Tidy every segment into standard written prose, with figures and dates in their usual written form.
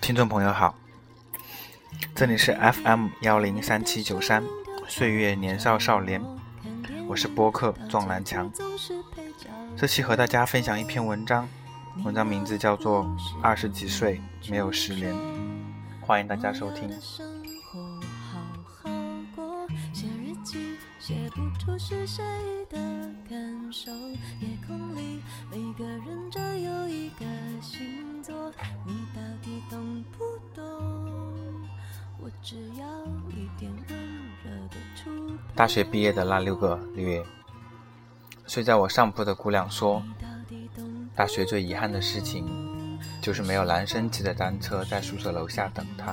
听众朋友好，这里是 FM103793 岁月年少少年，我是播客撞南墙。这期和大家分享一篇文章名字叫做20几岁没有失联，欢迎大家收听。写不出是谁的感受，夜空里每个人只有一个星座，你到底懂不懂？我只要一点温热的触碰。大学毕业的那6个月，睡在我上铺的姑娘说，大学最遗憾的事情就是没有男生骑着单车在宿舍楼下等她。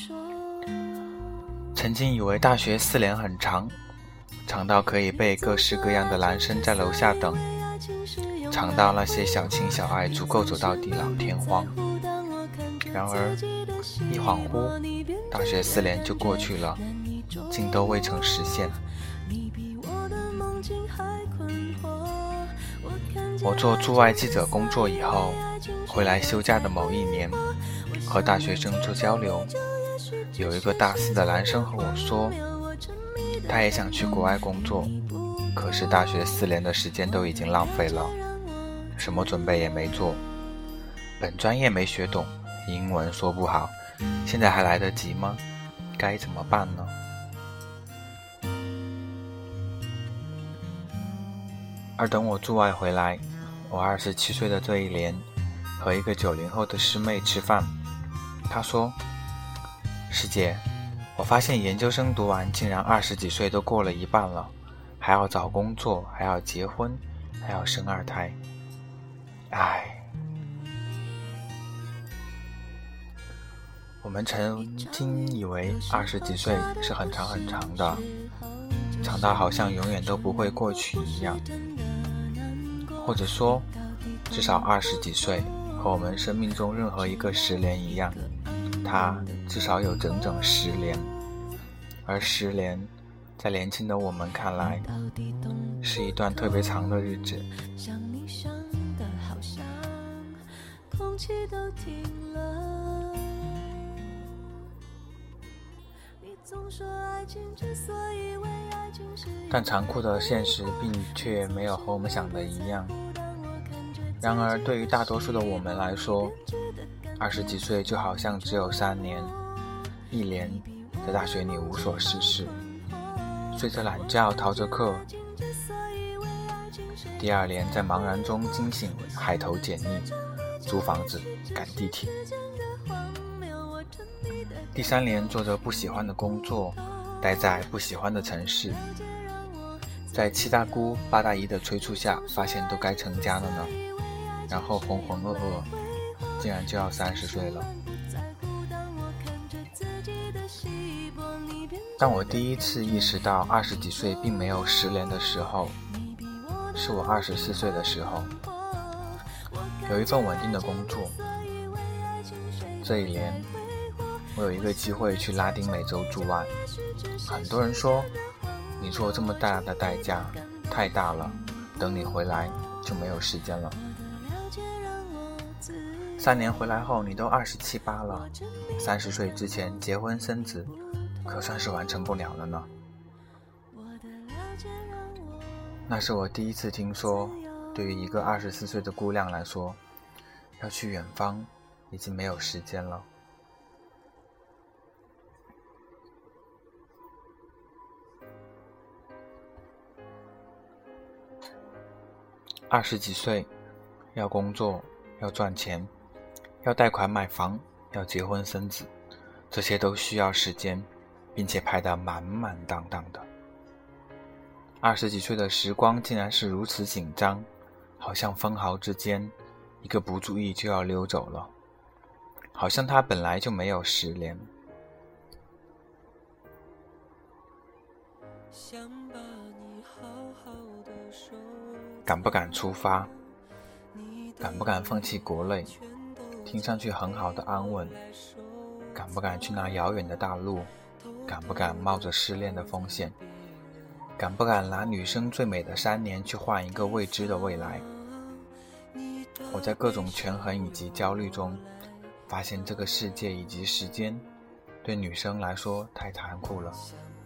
曾经以为大学4年很长到可以被各式各样的男生在楼下等，长到那些小情小爱足够走到地老天荒。然而一恍惚，大学4年就过去了，竟都未曾实现。我做驻外记者工作以后，回来休假的某一年，和大学生做交流，有一个大4的男生和我说，他也想去国外工作，可是大学4年的时间都已经浪费了，什么准备也没做，本专业没学懂，英文说不好，现在还来得及吗？该怎么办呢？而等我驻外回来，我27岁的这一年，和一个90后的师妹吃饭，她说，师姐，我发现研究生读完竟然20几岁都过了一半了，还要找工作，还要结婚，还要生2胎。唉，我们曾经以为20几岁是很长很长的，长到好像永远都不会过去一样，或者说至少20几岁和我们生命中任何一个10年一样，它至少有整整10年，而10年在年轻的我们看来是一段特别长的日子。但残酷的现实并却没有和我们想的一样。然而对于大多数的我们来说，20几岁就好像只有3年，1年在大学里无所事事，睡着懒觉逃着课，第2年在茫然中惊醒，海投简历，租房子，赶地铁，第3年做着不喜欢的工作，待在不喜欢的城市，在7大姑8大姨的催促下发现都该成家了呢，然后浑浑噩噩竟然就要30岁了。当我第一次意识到20几岁并没有10年的时候，是我24岁的时候，有一份稳定的工作。这一年我有一个机会去拉丁美洲驻外，很多人说你做这么大的代价太大了，等你回来就没有时间了。3年回来后你都27、8了，30岁之前结婚生子可算是完成不了了呢。那是我第一次听说，对于一个24岁的姑娘来说，要去远方已经没有时间了。20几岁，要工作，要赚钱，要贷款买房，要结婚生子，这些都需要时间，并且排得满满当当的。20几岁的时光竟然是如此紧张，好像分毫之间一个不注意就要溜走了，好像它本来就没有10年。敢不敢出发？敢不敢放弃国内听上去很好的安稳？敢不敢去那遥远的大陆？敢不敢冒着失恋的风险？敢不敢拿女生最美的3年去换一个未知的未来？我在各种权衡以及焦虑中， 发现这个世界以及时间对女生来说太残酷了。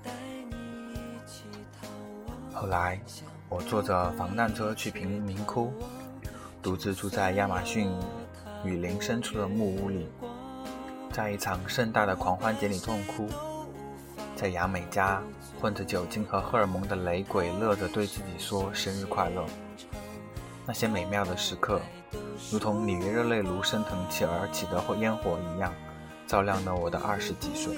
后来我坐着防弹车去贫民窟，独自住在亚马逊雨林深处的木屋里，在一场盛大的狂欢节里痛哭，在雅美家混着酒精和荷尔蒙的雷鬼乐着对自己说生日快乐。那些美妙的时刻如同里约热内卢升腾起而起的烟火一样，照亮了我的20几岁。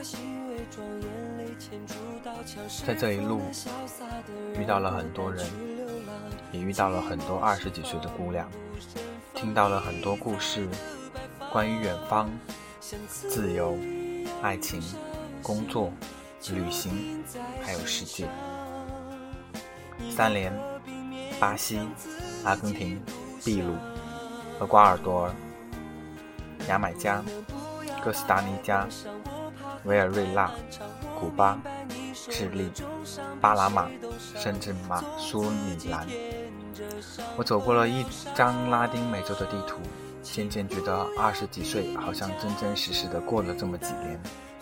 在这一路遇到了很多人，也遇到了很多20几岁的姑娘，听到了很多故事，关于远方、自由、爱情、工作、旅行，还有世界。3连、巴西、阿根廷、秘鲁、厄瓜尔多尔、牙买加、哥斯达黎加、委尔瑞纳、古巴、智利、巴拿马，甚至马苏里兰。我走过了一张拉丁美洲的地图，渐渐觉得20几岁好像真真实实的过了这么几年。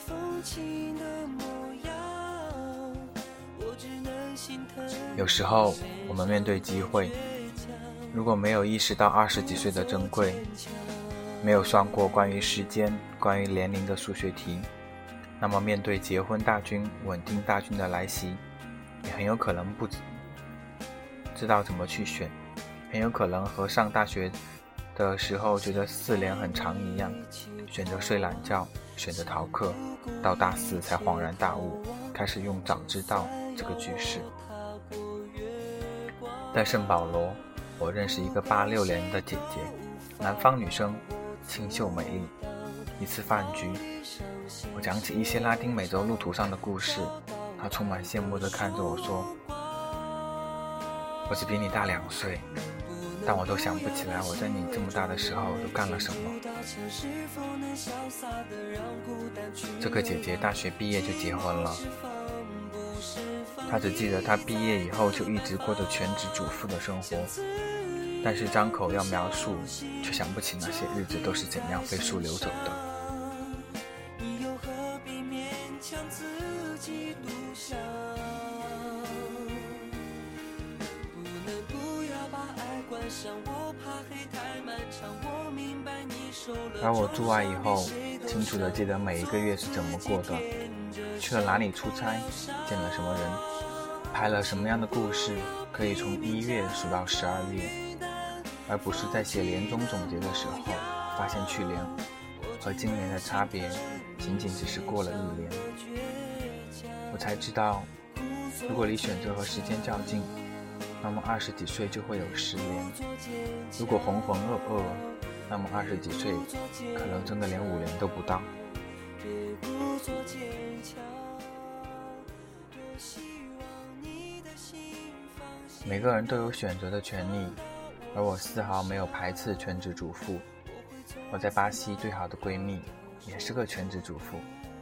有时候我们面对机会，如果没有意识到20几岁的珍贵，没有算过关于时间、关于年龄的数学题，那么面对结婚大军、稳定大军的来袭，也很有可能不知道怎么去选，很有可能和上大学的时候觉得4年很长一样，选择睡懒觉，选择逃课，到大4才恍然大悟，开始用早知道这个句式。在圣保罗，我认识一个86年的姐姐，南方女生，清秀美丽。一次饭局，我讲起一些拉丁美洲路途上的故事，她充满羡慕地看着我说，我只比你大2岁，但我都想不起来我在你这么大的时候都干了什么。这个姐姐大学毕业就结婚了，她只记得她毕业以后就一直过着全职主妇的生活，但是张口要描述，却想不起那些日子都是怎样飞速流走的。而我驻外以后，清楚地记得每一个月是怎么过的，去了哪里出差，见了什么人，拍了什么样的故事，可以从1月数到12月，而不是在写年终总结的时候，发现去年和今年的差别仅仅只是过了1年。我才知道，如果你选择和时间较劲，那么20几岁就会有10年；如果浑浑噩噩，那么20几岁可能真的连5年都不到。每个人都有选择的权利，而我丝毫没有排斥全职主妇。我在巴西最好的闺蜜也是个全职主妇。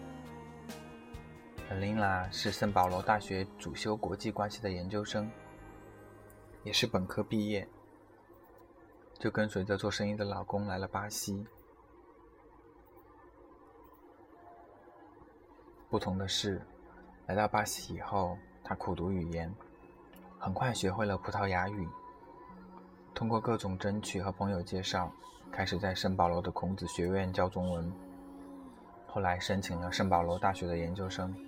琳娜是圣保罗大学主修国际关系的研究生，也是本科毕业，就跟随着做生意的老公来了巴西。不同的是，来到巴西以后，她苦读语言，很快学会了葡萄牙语，通过各种争取和朋友介绍，开始在圣保罗的孔子学院教中文，后来申请了圣保罗大学的研究生。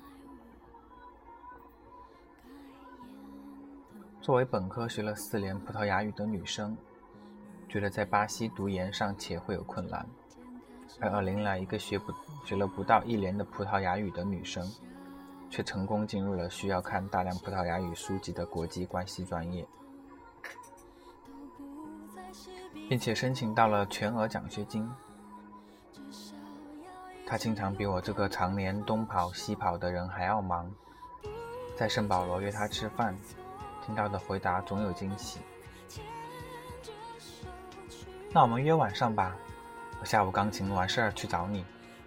作为本科学了4年葡萄牙语的女生，觉得在巴西读研尚且会有困难，而尔琳娜一个学了不到1年的葡萄牙语的女生，却成功进入了需要看大量葡萄牙语书籍的国际关系专业，并且申请到了全额奖学金。她经常比我这个常年东跑西跑的人还要忙，在圣保罗约她吃饭，听到的回答总有惊喜。那我们约晚上吧，我下午钢琴完事儿去找你。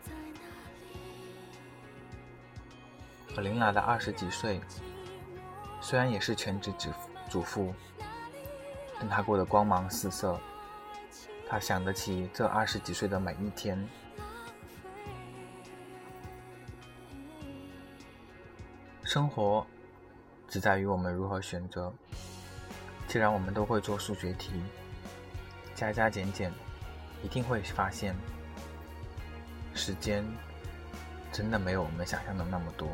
尔琳娜的20几岁，虽然也是全职主妇，但她过得光芒四射。 他想得起这20几岁的每一天。生活只在于我们如何选择。既然我们都会做数学题，加加减减，一定会发现，时间真的没有我们想象的那么多。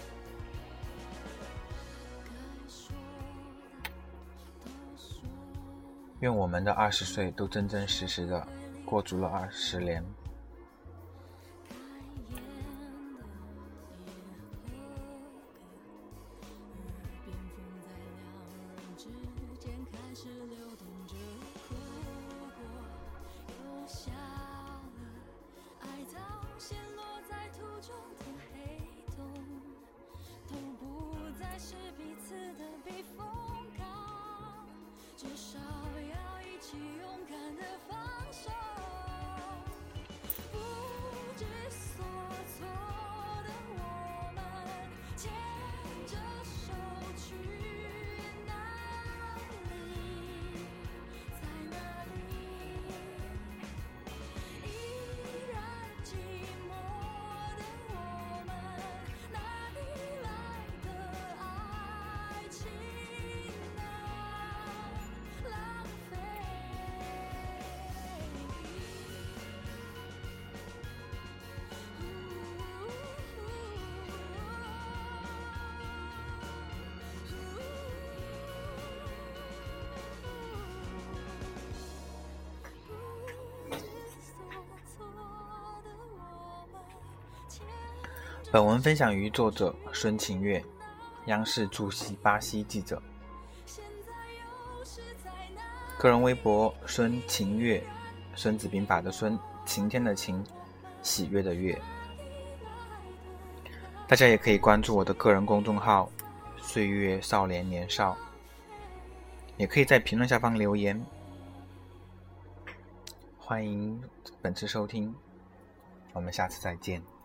愿我们的20岁都真真实实的过足了20年。本文分享于作者孙晴月，央视驻巴西记者。个人微博孙晴月，孙子兵法的孙，晴天的晴，喜悦的悦。大家也可以关注我的个人公众号岁月少年年少，也可以在评论下方留言。欢迎本次收听，我们下次再见。